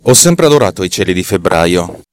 Ho sempre adorato i cieli di febbraio.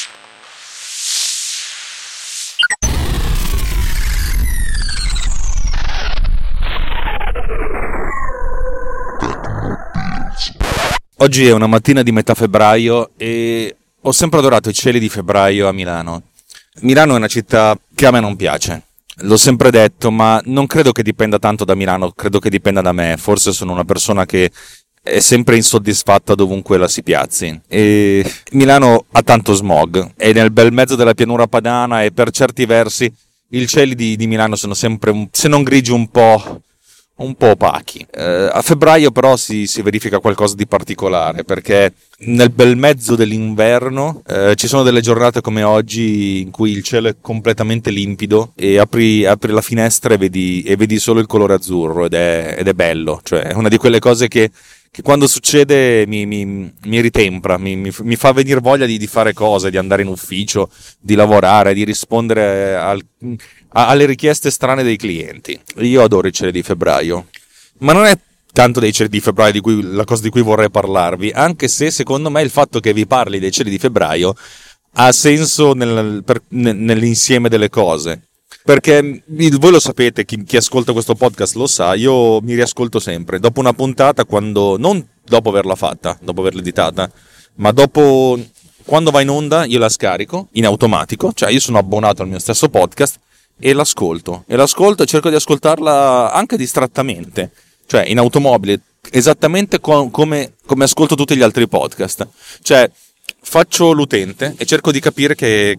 Oggi è una mattina di metà febbraio e ho sempre adorato i cieli di febbraio a Milano. Milano è una città che a me non piace. L'ho sempre detto, ma non credo che dipenda tanto da Milano, credo che dipenda da me. Forse sono una persona che è sempre insoddisfatta dovunque la si piazzi. E Milano ha tanto smog, è nel bel mezzo della pianura padana e per certi versi i cieli di Milano sono sempre, se non grigi, un po' opachi. A febbraio però si verifica qualcosa di particolare, perché nel bel mezzo dell'inverno ci sono delle giornate come oggi in cui il cielo è completamente limpido e apri la finestra e vedi solo il colore azzurro ed è bello. Cioè è una di quelle cose che quando succede mi ritempra, mi fa venire voglia di fare cose, di andare in ufficio, di lavorare, di rispondere alle richieste strane dei clienti. Io adoro i cieli di febbraio, ma non è tanto dei cieli di febbraio la cosa di cui vorrei parlarvi, anche se secondo me il fatto che vi parli dei cieli di febbraio ha senso nell'insieme delle cose. Perché voi lo sapete, chi ascolta questo podcast lo sa, io mi riascolto sempre dopo una puntata, non dopo averla fatta, dopo averla editata, ma dopo, quando va in onda io la scarico in automatico, cioè io sono abbonato al mio stesso podcast e l'ascolto e cerco di ascoltarla anche distrattamente, cioè in automobile, esattamente come ascolto tutti gli altri podcast. Cioè faccio l'utente e cerco di capire che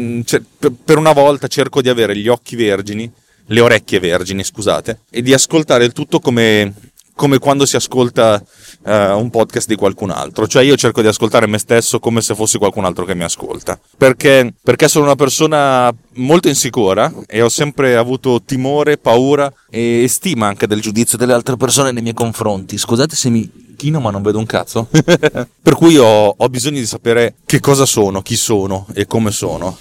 per una volta cerco di avere gli occhi vergini, le orecchie vergini, scusate, e di ascoltare il tutto come quando si ascolta un podcast di qualcun altro. Cioè io cerco di ascoltare me stesso come se fosse qualcun altro che mi ascolta, perché sono una persona molto insicura e ho sempre avuto timore, paura e stima anche del giudizio delle altre persone nei miei confronti. Scusate se mi chino, ma non vedo un cazzo. Per cui ho bisogno di sapere che cosa sono, chi sono e come sono.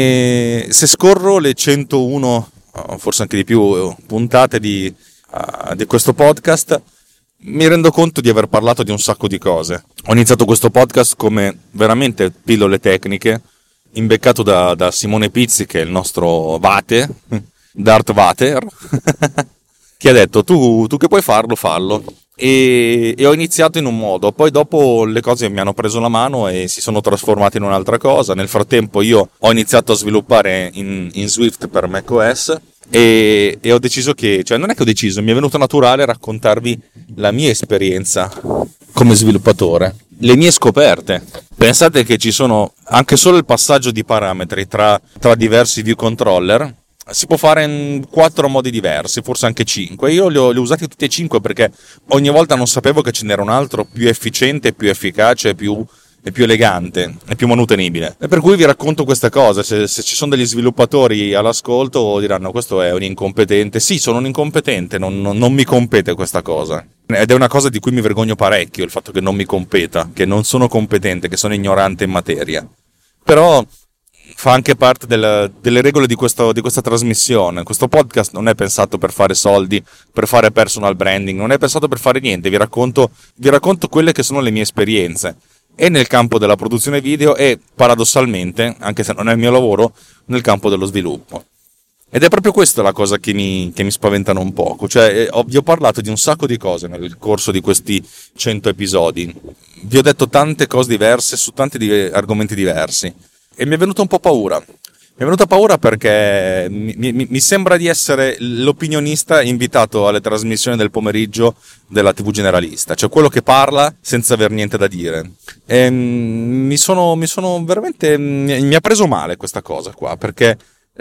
E se scorro le 101, forse anche di più, puntate di questo podcast, mi rendo conto di aver parlato di un sacco di cose. Ho iniziato questo podcast come veramente pillole tecniche, imbeccato da Simone Pizzi, che è il nostro Vate, Darth Vader, che ha detto tu che puoi farlo, fallo. E ho iniziato in un modo, poi dopo le cose mi hanno preso la mano e si sono trasformate in un'altra cosa. Nel frattempo io ho iniziato a sviluppare in Swift per macOS e ho deciso non è che ho deciso, mi è venuto naturale raccontarvi la mia esperienza come sviluppatore, le mie scoperte. Pensate che ci sono anche solo il passaggio di parametri tra diversi view controller. Si può fare in 4 modi diversi, forse anche 5. Io li ho usati tutti e 5 perché ogni volta non sapevo che ce n'era un altro più efficiente, più efficace, più elegante e più manutenibile. E per cui vi racconto queste cose. Se ci sono degli sviluppatori all'ascolto diranno questo è un incompetente. Sì, sono un incompetente, non mi compete questa cosa. Ed è una cosa di cui mi vergogno parecchio, il fatto che non mi competa, che non sono competente, che sono ignorante in materia. Però fa anche parte delle regole di questa trasmissione. Questo podcast non è pensato per fare soldi, per fare personal branding, non è pensato per fare niente. Vi racconto quelle che sono le mie esperienze e nel campo della produzione video e paradossalmente, anche se non è il mio lavoro, nel campo dello sviluppo. Ed è proprio questa la cosa che mi spaventano un poco. Cioè vi ho parlato di un sacco di cose nel corso di questi 100 episodi, vi ho detto tante cose diverse su tanti argomenti diversi. E mi è venuta un po' paura. Mi è venuta paura perché mi sembra di essere l'opinionista invitato alle trasmissioni del pomeriggio della TV generalista, cioè quello che parla senza aver niente da dire. E mi sono veramente, mi ha preso male questa cosa qua, perché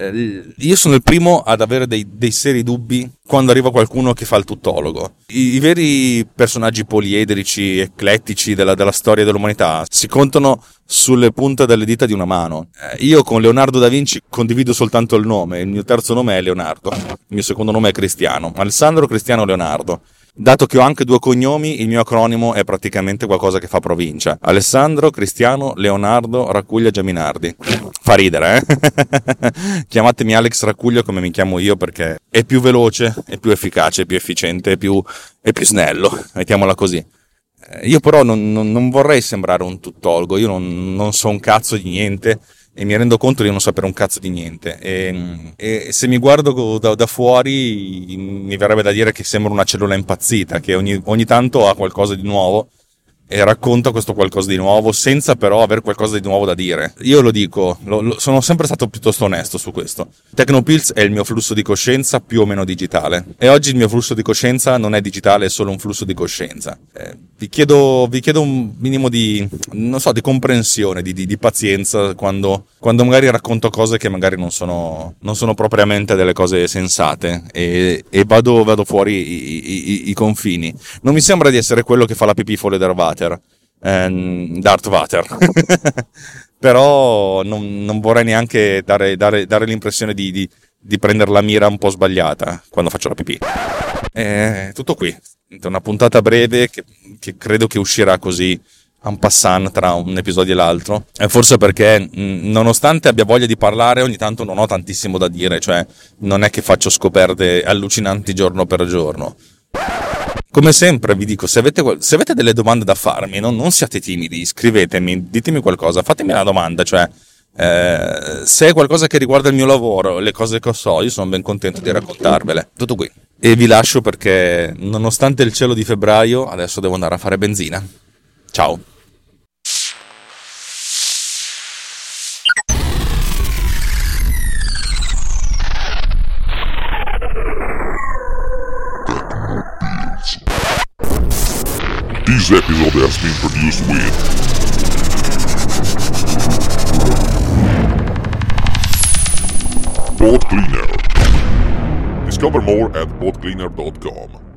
io sono il primo ad avere dei seri dubbi quando arriva qualcuno che fa il tuttologo. I veri personaggi poliedrici, eclettici della storia dell'umanità si contano sulle punte delle dita di una mano. Io con Leonardo da Vinci condivido soltanto il nome, il mio terzo nome è Leonardo, il mio secondo nome è Cristiano, Alessandro Cristiano Leonardo. Dato che ho anche 2 cognomi, il mio acronimo è praticamente qualcosa che fa provincia. Alessandro Cristiano Leonardo Raccuglia Giaminardi. Fa ridere, eh? Chiamatemi Alex Raccuglia come mi chiamo io, perché è più veloce, è più efficace, è più efficiente, è più snello, mettiamola così. Io però non vorrei sembrare un tuttologo, io non so un cazzo di niente e mi rendo conto di non sapere un cazzo di niente e se mi guardo da fuori mi verrebbe da dire che sembra una cellula impazzita che ogni tanto ha qualcosa di nuovo e racconta questo qualcosa di nuovo senza però avere qualcosa di nuovo da dire. Io lo dico, sono sempre stato piuttosto onesto su questo. Technopills è il mio flusso di coscienza più o meno digitale e oggi il mio flusso di coscienza non è digitale, è solo un flusso di coscienza. Vi chiedo un minimo di, non so, di comprensione, di pazienza quando magari racconto cose che magari non sono propriamente delle cose sensate e vado fuori i confini. Non mi sembra di essere quello che fa la pipì fuori Darth Vader. Però non vorrei neanche dare l'impressione di prendere la mira un po' sbagliata quando faccio la pipì. Tutto qui, una puntata breve che credo che uscirà così en passant tra un episodio e l'altro, forse perché nonostante abbia voglia di parlare ogni tanto non ho tantissimo da dire, cioè non è che faccio scoperte allucinanti giorno per giorno. Come sempre vi dico, se avete delle domande da farmi, non siate timidi, scrivetemi, ditemi qualcosa, fatemi una domanda, cioè se è qualcosa che riguarda il mio lavoro, le cose che so, io sono ben contento di raccontarvele. Tutto qui. E vi lascio perché nonostante il cielo di febbraio adesso devo andare a fare benzina. Ciao. This episode has been produced with Pod Cleaner. Discover more at podcleaner.com.